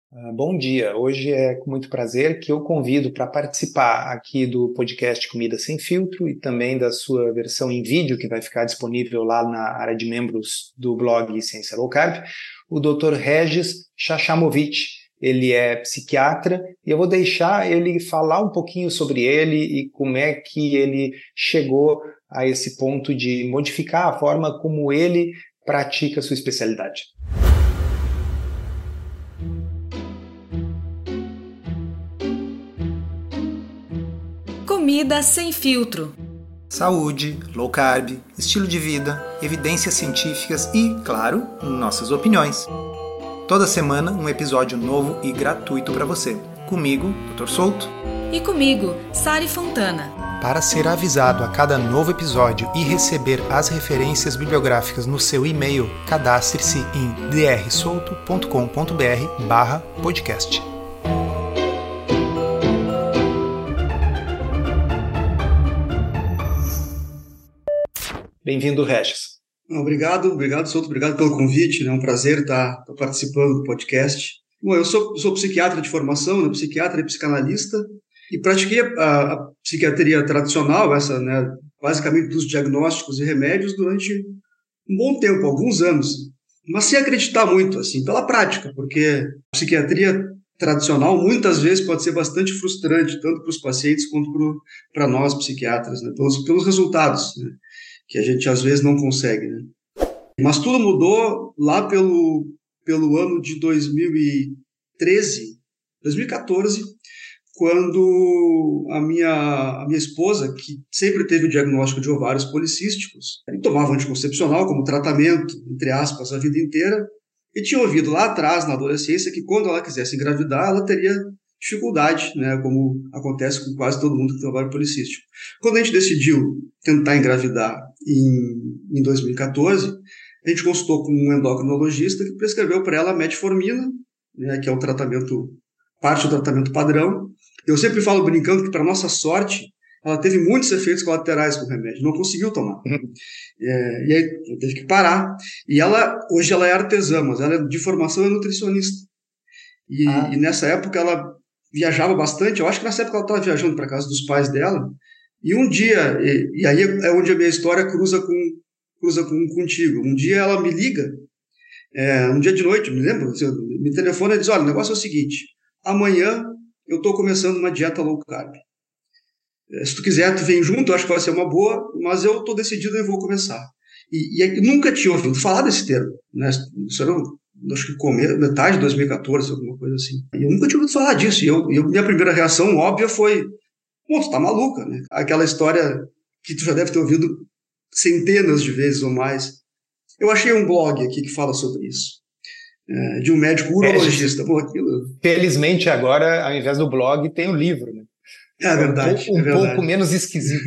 Bom dia, hoje é com muito prazer que eu convido para participar aqui do podcast Comida Sem Filtro e também da sua versão em vídeo, que vai ficar disponível lá na área de membros do blog Ciência Low Carb, o Dr. Regis Chachamovitch. Ele é psiquiatra e eu vou deixar ele falar um pouquinho sobre ele e como é que ele chegou a esse ponto de modificar a forma como ele pratica a sua especialidade. Comida Sem Filtro. Saúde, low carb, estilo de vida, evidências científicas e, claro, nossas opiniões. Toda semana um episódio novo e gratuito para você. Comigo, Dr. Souto. E comigo, Sari Fontana. Para ser avisado a cada novo episódio e receber as referências bibliográficas no seu e-mail, cadastre-se em drsolto.com.br/podcast. Bem-vindo, Regis. Obrigado, Souto, obrigado pelo convite, é um prazer estar participando do podcast. Bom, eu sou psiquiatra de formação, psiquiatra e psicanalista, e pratiquei a psiquiatria tradicional, basicamente dos diagnósticos e remédios, durante um bom tempo, alguns anos, mas sem acreditar muito, assim, pela prática, porque a psiquiatria tradicional muitas vezes pode ser bastante frustrante, tanto para os pacientes quanto para nós psiquiatras, pelos resultados, que a gente às vezes não consegue, Mas tudo mudou lá pelo ano de 2014, quando a minha esposa, que sempre teve o diagnóstico de ovários policísticos, e tomava anticoncepcional como tratamento, entre aspas, a vida inteira, e tinha ouvido lá atrás, na adolescência, que quando ela quisesse engravidar, ela teria dificuldade, como acontece com quase todo mundo que tem ovário policístico. Quando a gente decidiu tentar engravidar em 2014, a gente consultou com um endocrinologista que prescreveu para ela metformina, que é o tratamento, parte do tratamento padrão. Eu sempre falo brincando que, para nossa sorte, ela teve muitos efeitos colaterais com o remédio, não conseguiu tomar. E aí teve que parar. E hoje ela é artesã, mas ela de formação é nutricionista. E nessa época ela viajava bastante. Eu acho que nessa época ela estava viajando para casa dos pais dela. E um dia, e aí é onde a minha história cruza contigo. Um dia ela me liga, um dia de noite, me lembro, me telefona e diz: olha, o negócio é o seguinte, amanhã eu estou começando uma dieta low carb. Se tu quiser, tu vem junto, eu acho que vai ser uma boa, mas eu estou decidido e vou começar. E nunca tinha ouvido falar desse termo, Isso era, acho que metade de 2014, alguma coisa assim. E eu nunca tinha ouvido falar disso. E minha primeira reação óbvia foi: pô, tu tá maluca, Aquela história que tu já deve ter ouvido centenas de vezes ou mais. Eu achei um blog aqui que fala sobre isso, de um médico urologista. Felizmente agora, ao invés do blog, tem o livro, É verdade. Um pouco menos esquisito.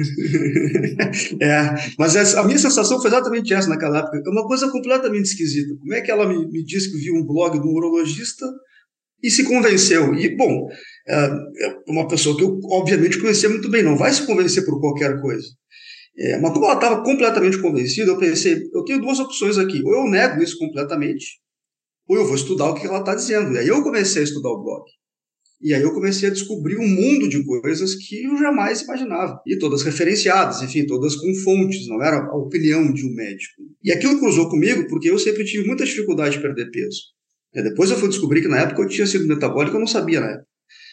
Mas a minha sensação foi exatamente essa naquela época. É uma coisa completamente esquisita. Como é que ela me disse que viu um blog de um urologista e se convenceu? E, bom, é uma pessoa que eu, obviamente, conhecia muito bem. Não vai se convencer por qualquer coisa. Mas como ela estava completamente convencida, eu pensei: eu tenho duas opções aqui. Ou eu nego isso completamente, ou eu vou estudar o que ela está dizendo. E aí eu comecei a estudar o blog. E aí eu comecei a descobrir um mundo de coisas que eu jamais imaginava. E todas referenciadas, enfim, todas com fontes, não era a opinião de um médico. E aquilo cruzou comigo porque eu sempre tive muita dificuldade de perder peso. Depois eu fui descobrir que na época eu tinha sido metabólico, eu não sabia na época.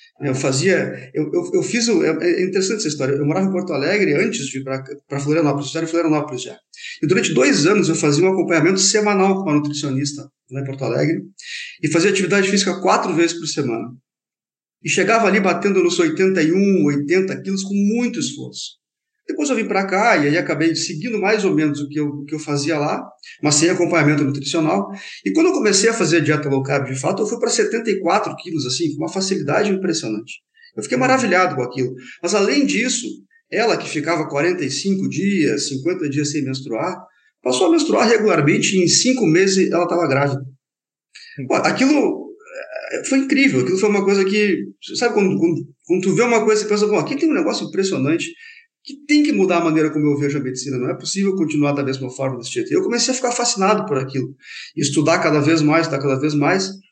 Eu fiz, é interessante essa história, eu morava em Porto Alegre antes de ir para Florianópolis, eu era em Florianópolis já. E durante 2 anos eu fazia um acompanhamento semanal com uma nutricionista lá em Porto Alegre e fazia atividade física 4 vezes por semana. E chegava ali batendo nos 81, 80 quilos com muito esforço. Depois eu vim para cá e aí acabei seguindo mais ou menos o que eu fazia lá, mas sem acompanhamento nutricional. E quando eu comecei a fazer dieta low carb, de fato, eu fui para 74 quilos, assim, com uma facilidade impressionante. Eu fiquei maravilhado com aquilo. Mas além disso, ela que ficava 45 dias, 50 dias sem menstruar, passou a menstruar regularmente e em 5 meses ela estava grávida. Pô, aquilo foi incrível, aquilo foi uma coisa que, sabe, quando tu vê uma coisa, você pensa: bom, aqui tem um negócio impressionante que tem que mudar a maneira como eu vejo a medicina, não é possível continuar da mesma forma desse jeito. E eu comecei a ficar fascinado por aquilo, estudar cada vez mais,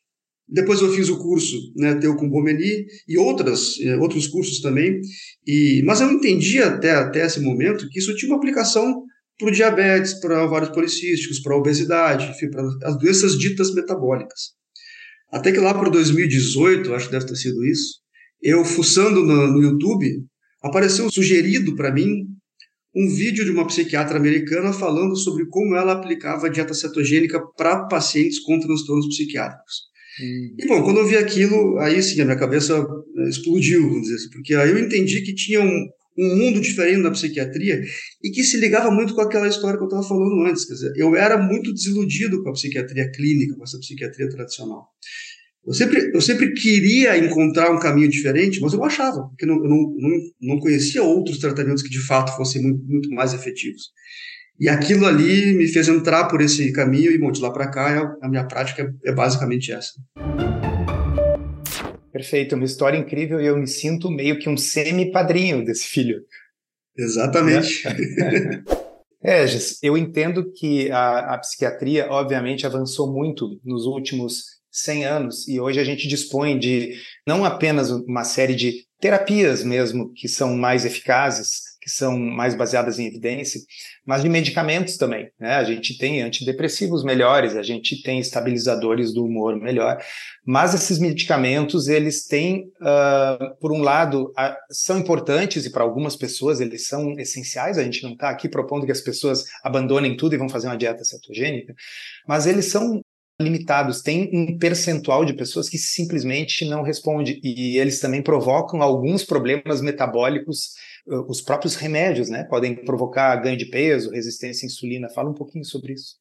Depois eu fiz o curso, né, Teu com Bomeni e outros cursos também, mas eu entendia até esse momento que isso tinha uma aplicação para o diabetes, para ovários policísticos, para a obesidade, enfim, para as doenças ditas metabólicas. Até que lá para 2018, acho que deve ter sido isso, eu fuçando no YouTube, apareceu sugerido para mim um vídeo de uma psiquiatra americana falando sobre como ela aplicava a dieta cetogênica para pacientes com transtornos psiquiátricos. E, bom, quando eu vi aquilo, aí sim, a minha cabeça explodiu, vamos dizer assim, porque aí eu entendi que tinha um mundo diferente na psiquiatria e que se ligava muito com aquela história que eu estava falando antes. Quer dizer, eu era muito desiludido com a psiquiatria clínica, com essa psiquiatria tradicional. Eu sempre queria encontrar um caminho diferente, mas eu não achava, porque eu não conhecia outros tratamentos que de fato fossem muito, muito mais efetivos. E aquilo ali me fez entrar por esse caminho e, bom, de lá para cá, a minha prática é basicamente essa. Perfeito, uma história incrível e eu me sinto meio que um semi-padrinho desse filho. Exatamente. Gis, eu entendo que a psiquiatria, obviamente, avançou muito nos últimos 100 anos e hoje a gente dispõe de não apenas uma série de terapias mesmo que são mais eficazes, que são mais baseadas em evidência, mas de medicamentos também, né? A gente tem antidepressivos melhores, a gente tem estabilizadores do humor melhor, mas esses medicamentos, eles têm, por um lado, são importantes e para algumas pessoas eles são essenciais, a gente não está aqui propondo que as pessoas abandonem tudo e vão fazer uma dieta cetogênica, mas eles são limitados, tem um percentual de pessoas que simplesmente não responde e eles também provocam alguns problemas metabólicos. Os próprios remédios, né, podem provocar ganho de peso, resistência à insulina. Fala um pouquinho sobre isso.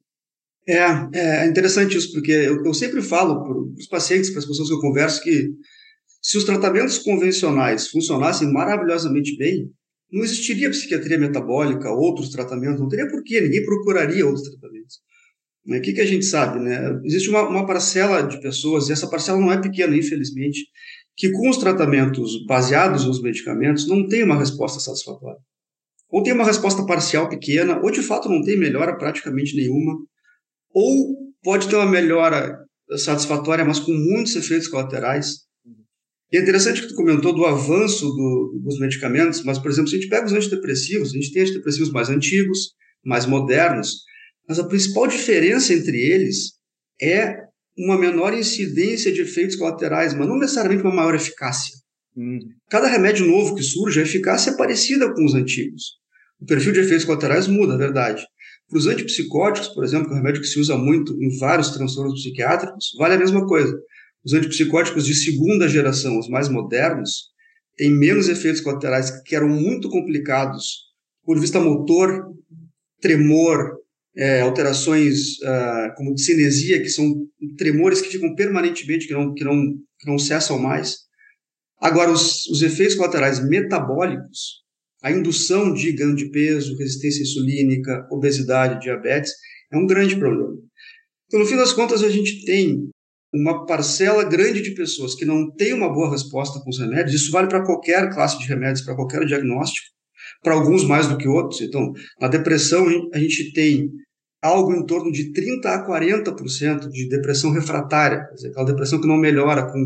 É interessante isso, porque eu sempre falo para os pacientes, para as pessoas que eu converso, que se os tratamentos convencionais funcionassem maravilhosamente bem, não existiria psiquiatria metabólica, outros tratamentos, não teria porquê, ninguém procuraria outros tratamentos. O que a gente sabe, né? Existe uma parcela de pessoas, e essa parcela não é pequena, infelizmente, que com os tratamentos baseados nos medicamentos não tem uma resposta satisfatória. Ou tem uma resposta parcial pequena, ou de fato não tem melhora praticamente nenhuma, ou pode ter uma melhora satisfatória, mas com muitos efeitos colaterais. E é interessante que tu comentou do avanço dos medicamentos, mas, por exemplo, se a gente pega os antidepressivos, a gente tem antidepressivos mais antigos, mais modernos, mas a principal diferença entre eles é uma menor incidência de efeitos colaterais, mas não necessariamente uma maior eficácia. Cada remédio novo que surge, a eficácia é parecida com os antigos. O perfil de efeitos colaterais muda, é verdade. Para os antipsicóticos, por exemplo, que é um remédio que se usa muito em vários transtornos psiquiátricos, vale a mesma coisa. Os antipsicóticos de segunda geração, os mais modernos, têm menos efeitos colaterais que eram muito complicados, por vista motor, tremor, alterações como de cinesia, que são tremores que ficam permanentemente, que não cessam mais. Agora, os efeitos colaterais metabólicos, a indução de ganho de peso, resistência insulínica, obesidade, diabetes, é um grande problema. Então, no fim das contas, a gente tem uma parcela grande de pessoas que não tem uma boa resposta com os remédios. Isso vale para qualquer classe de remédios, para qualquer diagnóstico, para alguns mais do que outros. Então, na depressão, a gente tem algo em torno de 30% a 40% de depressão refratária, quer dizer, aquela depressão que não melhora com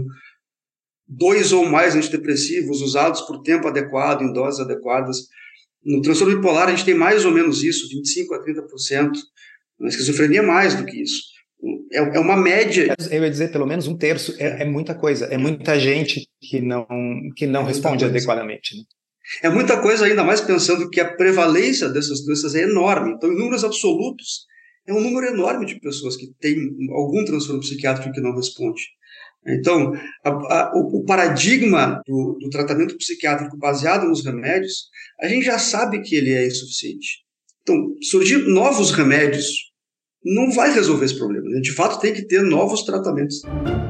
2 ou mais antidepressivos usados por tempo adequado, em doses adequadas. No transtorno bipolar, a gente tem mais ou menos isso, 25% a 30%. Na esquizofrenia, mais do que isso. É uma média. Eu ia dizer pelo menos um terço, é muita coisa, é muita gente que não responde adequadamente, né? É muita coisa, ainda mais pensando que a prevalência dessas doenças é enorme. Então, em números absolutos, é um número enorme de pessoas que têm algum transtorno psiquiátrico que não responde. Então, o paradigma do tratamento psiquiátrico baseado nos remédios, a gente já sabe que ele é insuficiente. Então, surgir novos remédios não vai resolver esse problema. A gente, de fato, tem que ter novos tratamentos.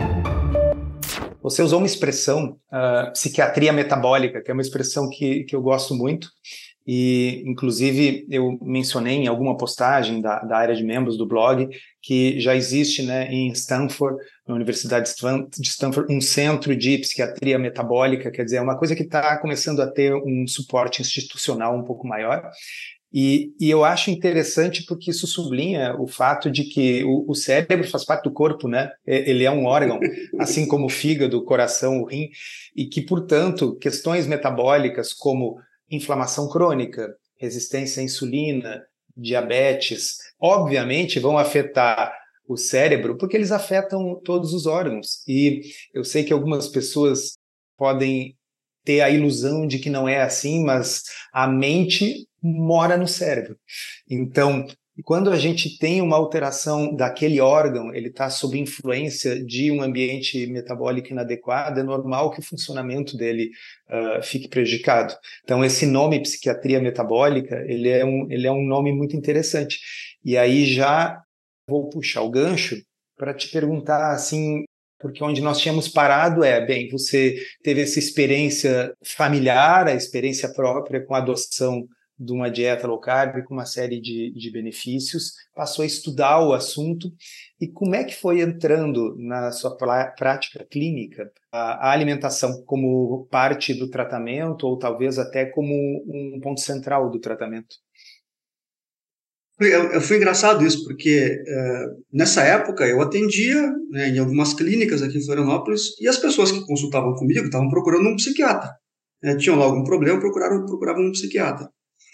Você usou uma expressão, psiquiatria metabólica, que é uma expressão que eu gosto muito, e inclusive eu mencionei em alguma postagem da área de membros do blog que já existe, né, em Stanford, na Universidade de Stanford, um centro de psiquiatria metabólica, quer dizer, é uma coisa que está começando a ter um suporte institucional um pouco maior. E eu acho interessante porque isso sublinha o fato de que o cérebro faz parte do corpo, né? Ele é um órgão, assim como o fígado, o coração, o rim, e que, portanto, questões metabólicas como inflamação crônica, resistência à insulina, diabetes, obviamente vão afetar o cérebro, porque eles afetam todos os órgãos. E eu sei que algumas pessoas podem ter a ilusão de que não é assim, mas a mente mora no cérebro. Então, quando a gente tem uma alteração daquele órgão, ele está sob influência de um ambiente metabólico inadequado, é normal que o funcionamento dele fique prejudicado. Então, esse nome, psiquiatria metabólica, ele é um nome muito interessante. E aí já vou puxar o gancho para te perguntar, assim, porque onde nós tínhamos parado bem, você teve essa experiência familiar, a experiência própria com a adoção de uma dieta low carb, com uma série de benefícios, passou a estudar o assunto, e como é que foi entrando na sua prática clínica a alimentação como parte do tratamento, ou talvez até como um ponto central do tratamento? Foi engraçado isso, porque nessa época eu atendia, né, em algumas clínicas aqui em Florianópolis, e as pessoas que consultavam comigo estavam procurando um psiquiatra. Tinham lá algum problema, procuravam um psiquiatra.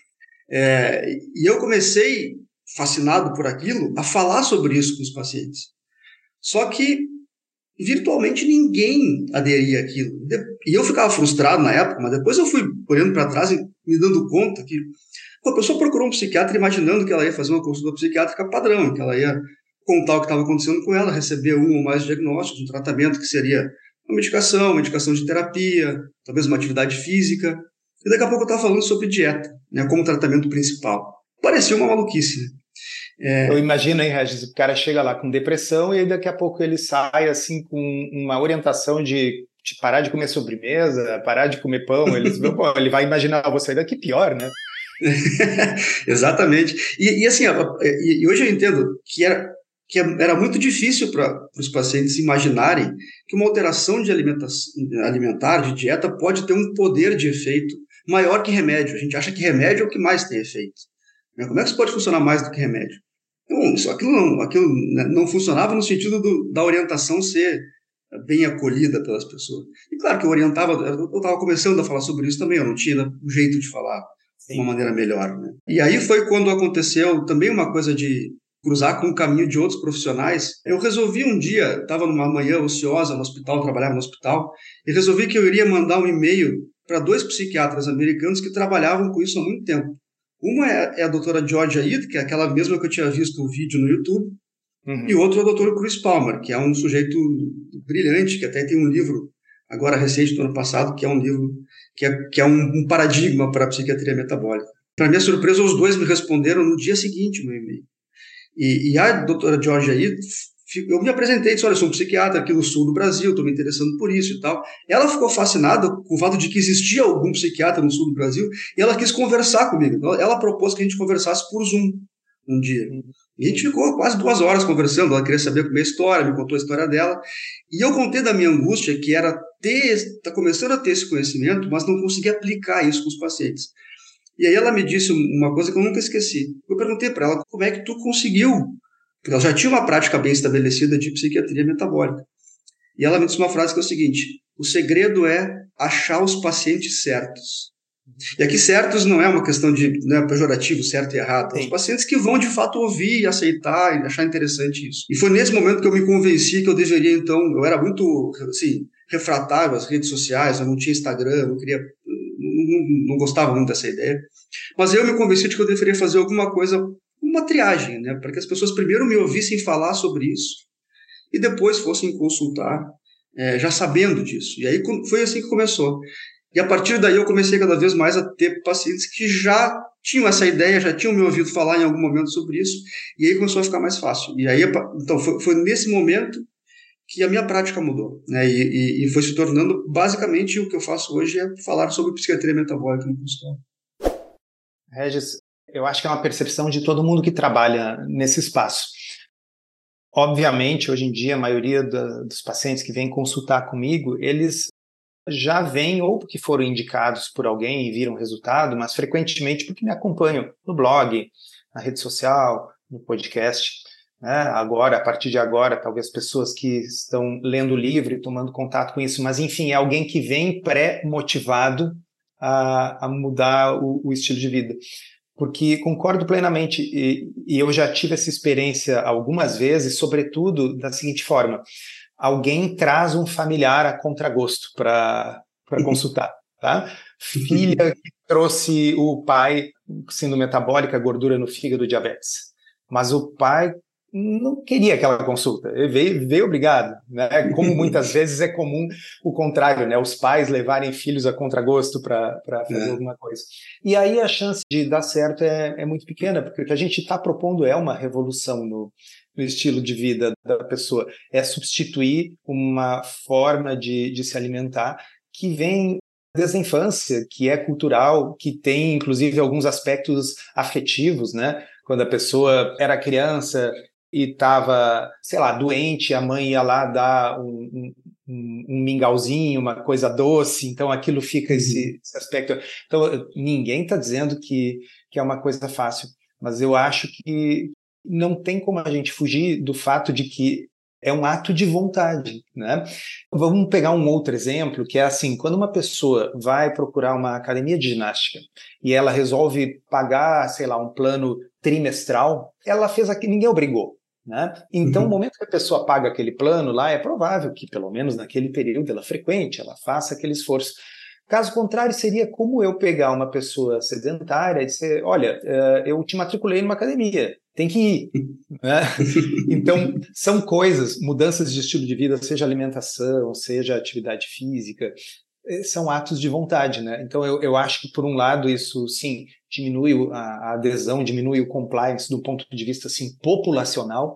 E eu comecei, fascinado por aquilo, a falar sobre isso com os pacientes. Só que virtualmente ninguém aderia àquilo. E eu ficava frustrado na época, mas depois eu fui olhando para trás e me dando conta que a pessoa procurou um psiquiatra imaginando que ela ia fazer uma consulta psiquiátrica padrão, que ela ia contar o que estava acontecendo com ela, receber um ou mais diagnósticos, um tratamento que seria uma medicação de terapia, talvez uma atividade física. E daqui a pouco eu estava falando sobre dieta, né, como tratamento principal. Parecia uma maluquice, né? Eu imagino, hein, Regis, o cara chega lá com depressão e aí daqui a pouco ele sai assim com uma orientação de parar de comer sobremesa, parar de comer pão. Ele vai imaginar, vou sair daqui pior, né? Exatamente. E assim, e hoje eu entendo que era muito difícil para os pacientes imaginarem que uma alteração de alimentar, de dieta, pode ter um poder de efeito maior que remédio. A gente acha que remédio é o que mais tem efeito. Como é que isso pode funcionar mais do que remédio? Então, aquilo não funcionava no sentido da orientação ser bem acolhida pelas pessoas. E claro que eu estava começando a falar sobre isso também, eu não tinha o jeito de falar de uma maneira melhor, né? E aí foi quando aconteceu também uma coisa de cruzar com o caminho de outros profissionais. Eu resolvi um dia, estava numa manhã ociosa no hospital, trabalhava no hospital, e resolvi que eu iria mandar um e-mail para 2 psiquiatras americanos que trabalhavam com isso há muito tempo. Uma é a doutora Georgia Ide, que é aquela mesma que eu tinha visto o vídeo no YouTube, e o outro é o doutor Chris Palmer, que é um sujeito brilhante, que até tem um livro, agora recente do ano passado, que é um livro que é um paradigma para a psiquiatria metabólica. Para minha surpresa, os 2 me responderam no dia seguinte no e-mail. E a doutora Georgia Ide, eu me apresentei e disse, olha, eu sou um psiquiatra aqui no sul do Brasil, estou me interessando por isso e tal. Ela ficou fascinada com o fato de que existia algum psiquiatra no sul do Brasil e ela quis conversar comigo. Ela propôs que a gente conversasse por Zoom um dia. E a gente ficou quase 2 horas conversando, ela queria saber a minha história, me contou a história dela. E eu contei da minha angústia, que era tá começando a ter esse conhecimento, mas não conseguia aplicar isso com os pacientes. E aí ela me disse uma coisa que eu nunca esqueci. Eu perguntei para ela, como é que tu conseguiu? Porque ela já tinha uma prática bem estabelecida de psiquiatria metabólica. E ela me disse uma frase que é o seguinte: o segredo é achar os pacientes certos. E aqui certos não é uma questão de pejorativo, certo e errado. Os pacientes que vão de fato ouvir, aceitar e achar interessante isso. E foi nesse momento que eu me convenci que eu deveria, então, eu era muito assim, refratário às redes sociais, eu não tinha Instagram, não gostava muito dessa ideia. Mas eu me convenci de que eu deveria fazer alguma coisa, uma triagem, né, para que as pessoas primeiro me ouvissem falar sobre isso e depois fossem consultar já sabendo disso. E aí foi assim que começou. E a partir daí eu comecei cada vez mais a ter pacientes que já tinham essa ideia, já tinham me ouvido falar em algum momento sobre isso, e aí começou a ficar mais fácil. E aí, então, foi nesse momento que a minha prática mudou, né? E foi se tornando, basicamente, o que eu faço hoje é falar sobre psiquiatria metabólica no consultório. Regis, eu acho que é uma percepção de todo mundo que trabalha nesse espaço. Obviamente, hoje em dia, a maioria dos pacientes que vêm consultar comigo, eles já vêm ou porque foram indicados por alguém e viram resultado, mas frequentemente porque me acompanham no blog, na rede social, no podcast. Agora, a partir de agora, talvez pessoas que estão lendo o livro e tomando contato com isso, mas enfim, é alguém que vem pré-motivado a mudar o estilo de vida. Porque concordo plenamente, e eu já tive essa experiência algumas vezes, sobretudo da seguinte forma: alguém traz um familiar a contragosto para consultar, tá? Filha que trouxe o pai síndrome metabólica, gordura no fígado, diabetes, mas o pai não queria aquela consulta, ele veio obrigado, né? Como muitas vezes é comum o contrário, né? Os pais levarem filhos a contragosto para fazer alguma coisa. E aí a chance de dar certo é muito pequena, porque o que a gente está propondo é uma revolução no estilo de vida da pessoa, é substituir uma forma de se alimentar que vem desde a infância, que é cultural, que tem inclusive alguns aspectos afetivos, né? Quando a pessoa era criança e estava, sei lá, doente, a mãe ia lá dar um mingauzinho, uma coisa doce, então aquilo fica esse aspecto. Então, ninguém está dizendo que é uma coisa fácil, mas eu acho que não tem como a gente fugir do fato de que é um ato de vontade, né? Vamos pegar um outro exemplo, que é assim, quando uma pessoa vai procurar uma academia de ginástica e ela resolve pagar, sei lá, um plano trimestral, ela fez aquilo, ninguém obrigou, né? Então, no momento que a pessoa paga aquele plano lá, é provável que, pelo menos naquele período, ela frequente, ela faça aquele esforço. Caso contrário, seria como eu pegar uma pessoa sedentária e dizer, olha, eu te matriculei numa academia, tem que ir, né? Então, são coisas, mudanças de estilo de vida, seja alimentação, seja atividade física, são atos de vontade, né? Então, eu acho que, por um lado, isso, sim, diminui a adesão, diminui o compliance do ponto de vista, assim, populacional,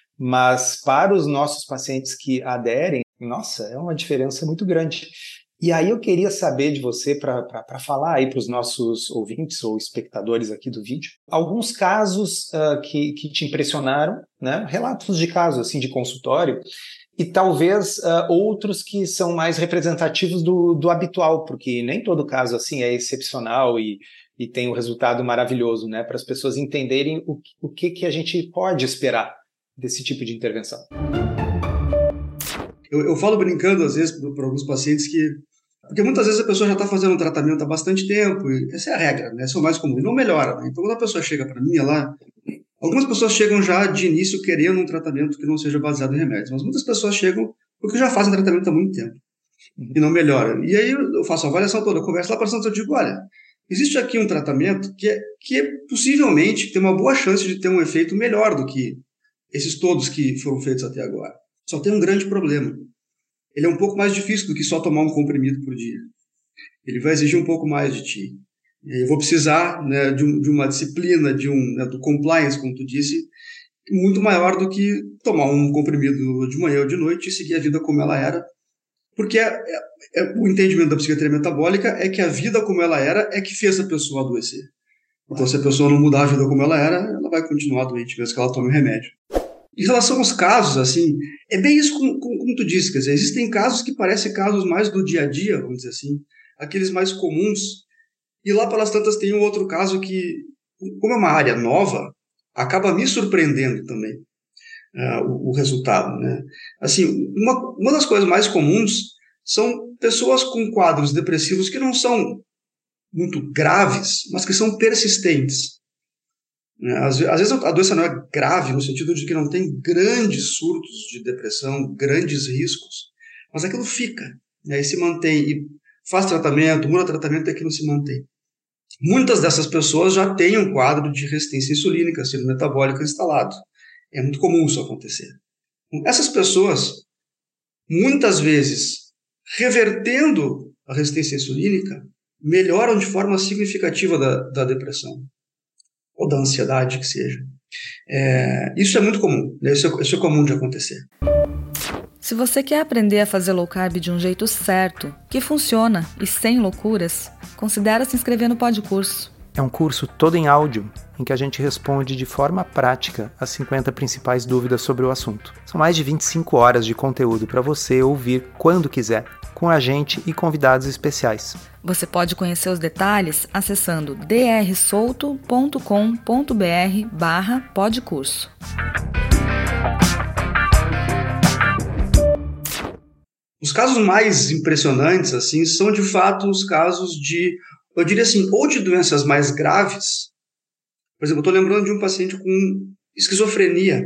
mas para os nossos pacientes que aderem, nossa, é uma diferença muito grande. E aí eu queria saber de você, para falar aí para os nossos ouvintes ou espectadores aqui do vídeo, alguns casos que te impressionaram, né? Relatos de casos assim, de consultório, e talvez outros que são mais representativos do habitual, porque nem todo caso assim é excepcional e tem um resultado maravilhoso, né? Para as pessoas entenderem o que a gente pode esperar desse tipo de intervenção. Eu falo brincando, às vezes, para alguns pacientes porque muitas vezes a pessoa já está fazendo um tratamento há bastante tempo, e essa é a regra, né? Essa é o mais comum, e não melhora, né? Então, quando a pessoa chega para mim, algumas pessoas chegam já de início querendo um tratamento que não seja baseado em remédios, mas muitas pessoas chegam porque já fazem tratamento há muito tempo e não melhoram. E aí eu faço a avaliação toda, eu converso lá para o paciente, eu digo, olha, existe aqui um tratamento que possivelmente tem uma boa chance de ter um efeito melhor do que esses todos que foram feitos até agora. Só tem um grande problema. Ele é um pouco mais difícil do que só tomar um comprimido por dia. Ele vai exigir um pouco mais de ti. Eu vou precisar, né, de uma disciplina, do compliance, como tu disse, muito maior do que tomar um comprimido de manhã ou de noite e seguir a vida como ela era. Porque o entendimento da psiquiatria metabólica é que a vida como ela era é que fez a pessoa adoecer. Então, se a pessoa não mudar a vida como ela era, ela vai continuar doente, mesmo que ela tome remédio. Em relação aos casos, assim, é bem isso como tu disse, quer dizer, existem casos que parecem casos mais do dia a dia, vamos dizer assim, aqueles mais comuns, e lá pelas tantas tem um outro caso que, como é uma área nova, acaba me surpreendendo também o resultado, né? Assim, uma das coisas mais comuns são pessoas com quadros depressivos que não são muito graves, mas que são persistentes. Às vezes a doença não é grave no sentido de que não tem grandes surtos de depressão, grandes riscos, mas aquilo fica, né, e se mantém, e faz tratamento, muda tratamento e aquilo se mantém. Muitas dessas pessoas já têm um quadro de resistência insulínica, síndrome metabólica instalado. É muito comum isso acontecer. Essas pessoas, muitas vezes, revertendo a resistência insulínica, melhoram de forma significativa da depressão. Ou da ansiedade, que seja. Isso é muito comum, né? Isso é comum de acontecer. Se você quer aprender a fazer low carb de um jeito certo, que funciona e sem loucuras, considere se inscrever no podcurso. É um curso todo em áudio, em que a gente responde de forma prática as 50 principais dúvidas sobre o assunto. São mais de 25 horas de conteúdo para você ouvir quando quiser, com a gente e convidados especiais. Você pode conhecer os detalhes acessando drsolto.com.br/podcurso. Os casos mais impressionantes, assim, são de fato os casos de, eu diria assim, ou de doenças mais graves. Por exemplo, eu estou lembrando de um paciente com esquizofrenia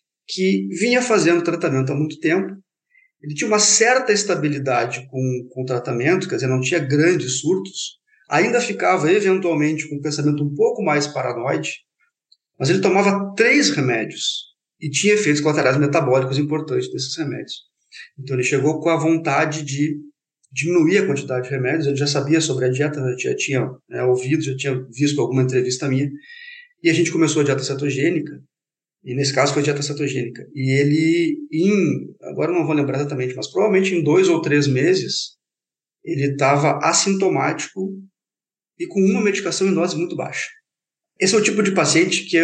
que vinha fazendo tratamento há muito tempo. Ele tinha uma certa estabilidade com o tratamento, quer dizer, não tinha grandes surtos. Ainda ficava, eventualmente, com um pensamento um pouco mais paranoide, mas ele tomava 3 remédios e tinha efeitos colaterais metabólicos importantes desses remédios. Então ele chegou com a vontade de diminuir a quantidade de remédios. Ele já sabia sobre a dieta, já tinha ouvido, já tinha visto alguma entrevista minha. E a gente começou a dieta cetogênica, e nesse caso foi a dieta cetogênica. E ele, agora não vou lembrar exatamente, mas provavelmente em 2 ou 3 meses, ele estava assintomático e com uma medicação em dose muito baixa. Esse é o tipo de paciente que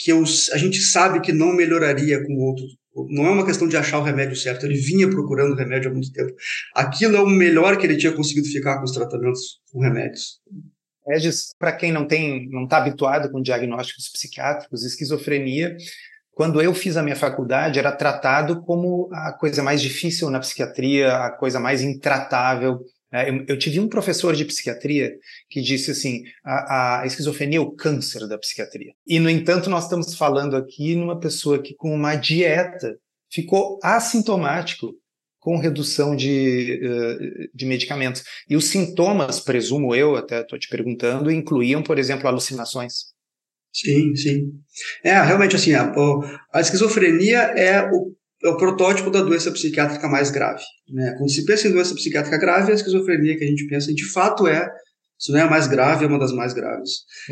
a gente sabe que não melhoraria com outro. Não é uma questão de achar o remédio certo, ele vinha procurando remédio há muito tempo. Aquilo é o melhor que ele tinha conseguido ficar com os tratamentos com remédios. Regis, para quem não está habituado com diagnósticos psiquiátricos, esquizofrenia, quando eu fiz a minha faculdade, era tratado como a coisa mais difícil na psiquiatria, a coisa mais intratável. Eu tive um professor de psiquiatria que disse assim, a esquizofrenia é o câncer da psiquiatria. E, no entanto, nós estamos falando aqui numa pessoa que, com uma dieta, ficou assintomático com redução de medicamentos. E os sintomas, presumo eu, até estou te perguntando, incluíam, por exemplo, alucinações. Sim, sim. Realmente, assim, a esquizofrenia é o protótipo da doença psiquiátrica mais grave, né? Quando se pensa em doença psiquiátrica grave, a esquizofrenia que a gente pensa, de fato se não é a mais grave, é uma das mais graves.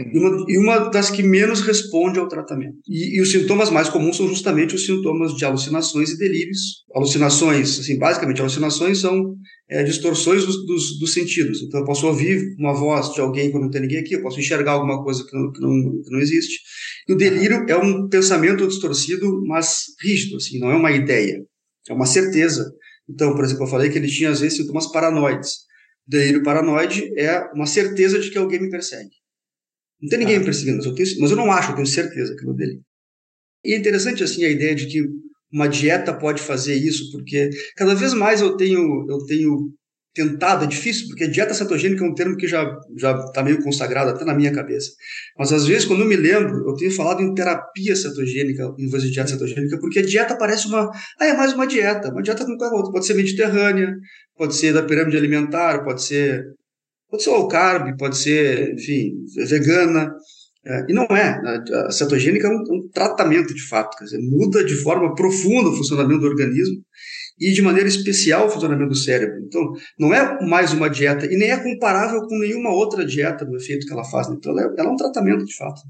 E uma das que menos responde ao tratamento. E os sintomas mais comuns são justamente os sintomas de alucinações e delírios. Alucinações, assim, basicamente, alucinações são distorções dos sentidos. Então, eu posso ouvir uma voz de alguém quando não tem ninguém aqui, eu posso enxergar alguma coisa que não existe. E o delírio é um pensamento distorcido, mas rígido, assim, não é uma ideia, é uma certeza. Então, por exemplo, eu falei que ele tinha, às vezes, sintomas paranoides. Delírio paranoide é uma certeza de que alguém me persegue. Não tem ninguém me perseguindo, mas eu não acho, eu tenho certeza que é o delírio. E é interessante, assim, a ideia de que uma dieta pode fazer isso, porque cada vez mais eu tenho tentado, é difícil, porque dieta cetogênica é um termo que já está meio consagrado até na minha cabeça. Mas, às vezes, quando eu me lembro, eu tenho falado em terapia cetogênica em vez de dieta cetogênica, porque a dieta parece é mais uma dieta com qualquer outra. Pode ser mediterrânea, pode ser da pirâmide alimentar, pode ser low carb, pode ser, enfim, vegana. E não é. A cetogênica é um tratamento de fato, quer dizer, muda de forma profunda o funcionamento do organismo e de maneira especial o funcionamento do cérebro. Então, não é mais uma dieta e nem é comparável com nenhuma outra dieta do efeito que ela faz. Então, ela é um tratamento de fato.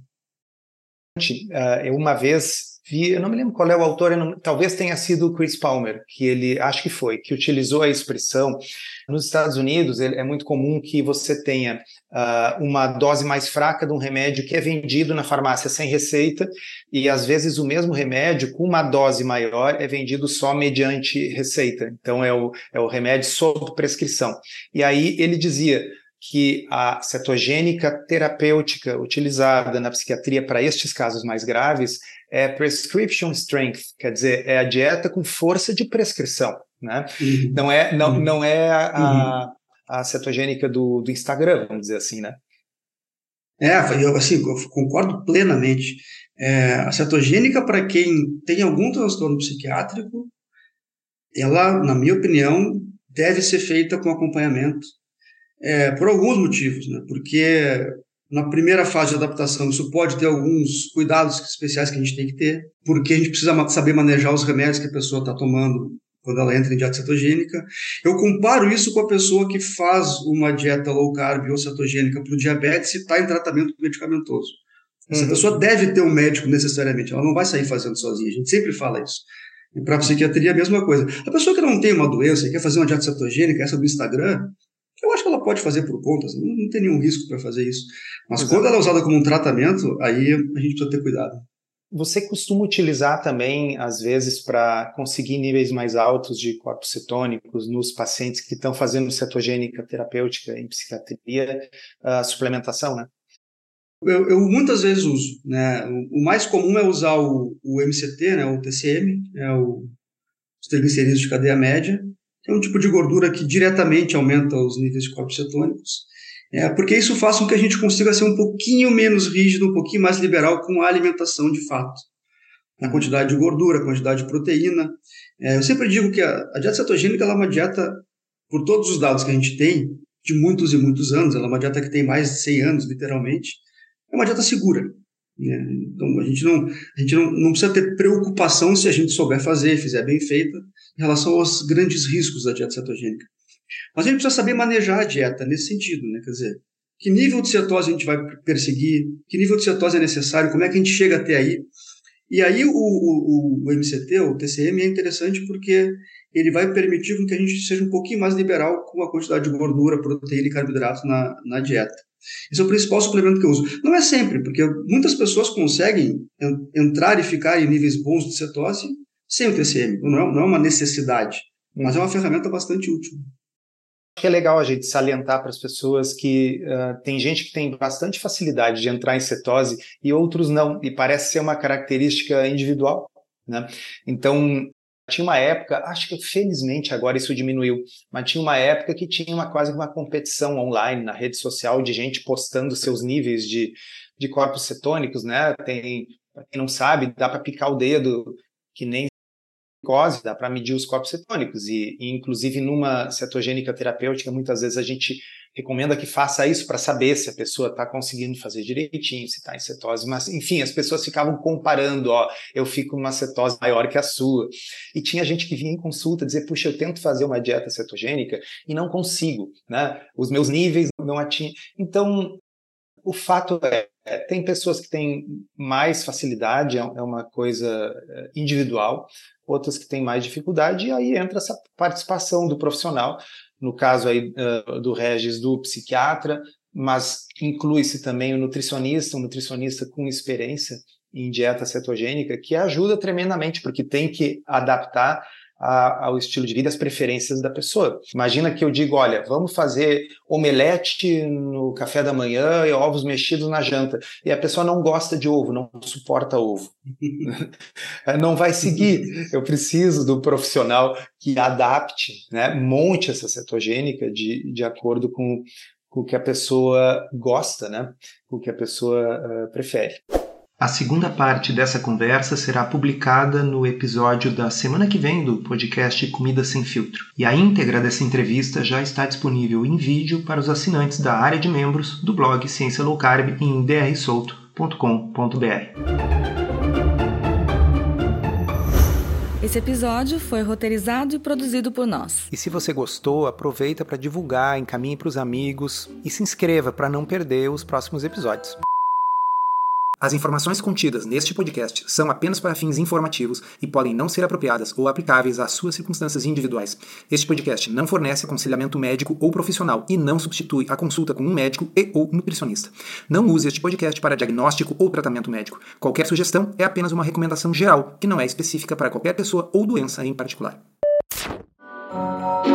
Eu uma vez vi, eu não me lembro qual é o autor, talvez tenha sido o Chris Palmer, que utilizou a expressão. Nos Estados Unidos, é muito comum que você tenha uma dose mais fraca de um remédio que é vendido na farmácia sem receita, e às vezes o mesmo remédio, com uma dose maior, é vendido só mediante receita. Então é o remédio sob prescrição. E aí ele dizia que a cetogênica terapêutica utilizada na psiquiatria para estes casos mais graves é prescription strength, quer dizer, é a dieta com força de prescrição, né? Não é a cetogênica do Instagram, vamos dizer assim, né? Eu concordo plenamente. A cetogênica, para quem tem algum transtorno psiquiátrico, ela, na minha opinião, deve ser feita com acompanhamento, por alguns motivos, né? Porque na primeira fase de adaptação isso pode ter alguns cuidados especiais que a gente tem que ter, porque a gente precisa saber manejar os remédios que a pessoa está tomando quando ela entra em dieta cetogênica. Eu comparo isso com a pessoa que faz uma dieta low carb ou cetogênica para o diabetes e está em tratamento medicamentoso. Essa pessoa deve ter um médico necessariamente, ela não vai sair fazendo sozinha, a gente sempre fala isso. E para a psiquiatria é a mesma coisa. A pessoa que não tem uma doença e quer fazer uma dieta cetogênica, essa do Instagram, Eu acho que ela pode fazer por conta, não tem nenhum risco para fazer isso. Mas quando ela é usada como um tratamento, aí a gente precisa ter cuidado. Você costuma utilizar também, às vezes, para conseguir níveis mais altos de corpos cetônicos nos pacientes que estão fazendo cetogênica terapêutica em psiquiatria, a suplementação, né? Eu muitas vezes uso, né? O mais comum é usar o MCT, né? O TCM, os triglicerídeos de cadeia média, que é um tipo de gordura que diretamente aumenta os níveis de corpos cetônicos, porque isso faz com que a gente consiga ser um pouquinho menos rígido, um pouquinho mais liberal com a alimentação de fato. A quantidade de gordura, a quantidade de proteína. Eu sempre digo que a dieta cetogênica ela é uma dieta, por todos os dados que a gente tem, de muitos e muitos anos, ela é uma dieta que tem mais de 100 anos, literalmente, é uma dieta segura. Então, a gente não precisa ter preocupação se a gente souber fazer, fizer bem feita, em relação aos grandes riscos da dieta cetogênica. Mas a gente precisa saber manejar a dieta nesse sentido, né? Quer dizer, que nível de cetose a gente vai perseguir, que nível de cetose é necessário, como é que a gente chega até aí. E aí o MCT, o TCM, é interessante porque ele vai permitir que a gente seja um pouquinho mais liberal com a quantidade de gordura, proteína e carboidrato na dieta. Esse é o principal suplemento que eu uso. Não é sempre, porque muitas pessoas conseguem entrar e ficar em níveis bons de cetose sem o TCM. Não é uma necessidade, mas é uma ferramenta bastante útil. Acho que é legal a gente salientar para as pessoas que tem gente que tem bastante facilidade de entrar em cetose e outros não, e parece ser uma característica individual, né? Então, tinha uma época, acho que felizmente agora isso diminuiu, mas tinha uma época que tinha quase uma competição online na rede social de gente postando seus níveis de corpos cetônicos, né? Para quem não sabe, dá para picar o dedo, que nem glicose, dá para medir os corpos cetônicos e inclusive numa cetogênica terapêutica muitas vezes a gente recomenda que faça isso para saber se a pessoa está conseguindo fazer direitinho, se está em cetose, mas enfim, as pessoas ficavam comparando, eu fico numa cetose maior que a sua, e tinha gente que vinha em consulta dizer, puxa, eu tento fazer uma dieta cetogênica e não consigo, né? Os meus níveis não atingem, então o fato tem pessoas que têm mais facilidade, é uma coisa individual, outras que têm mais dificuldade, e aí entra essa participação do profissional, no caso aí do Regis, do psiquiatra, mas inclui-se também o nutricionista, um nutricionista com experiência em dieta cetogênica, que ajuda tremendamente, porque tem que adaptar ao estilo de vida, às preferências da pessoa. Imagina que eu digo, olha, vamos fazer omelete no café da manhã e ovos mexidos na janta. E a pessoa não gosta de ovo, não suporta ovo. Não vai seguir. Eu preciso do profissional que adapte, né, monte essa cetogênica de acordo com o que a pessoa gosta, né, com o que a pessoa prefere. A segunda parte dessa conversa será publicada no episódio da semana que vem do podcast Comida Sem Filtro. E a íntegra dessa entrevista já está disponível em vídeo para os assinantes da área de membros do blog Ciência Low Carb em drsolto.com.br. Esse episódio foi roteirizado e produzido por nós. E se você gostou, aproveita para divulgar, encaminhe para os amigos e se inscreva para não perder os próximos episódios. As informações contidas neste podcast são apenas para fins informativos e podem não ser apropriadas ou aplicáveis às suas circunstâncias individuais. Este podcast não fornece aconselhamento médico ou profissional e não substitui a consulta com um médico ou nutricionista. Não use este podcast para diagnóstico ou tratamento médico. Qualquer sugestão é apenas uma recomendação geral, que não é específica para qualquer pessoa ou doença em particular.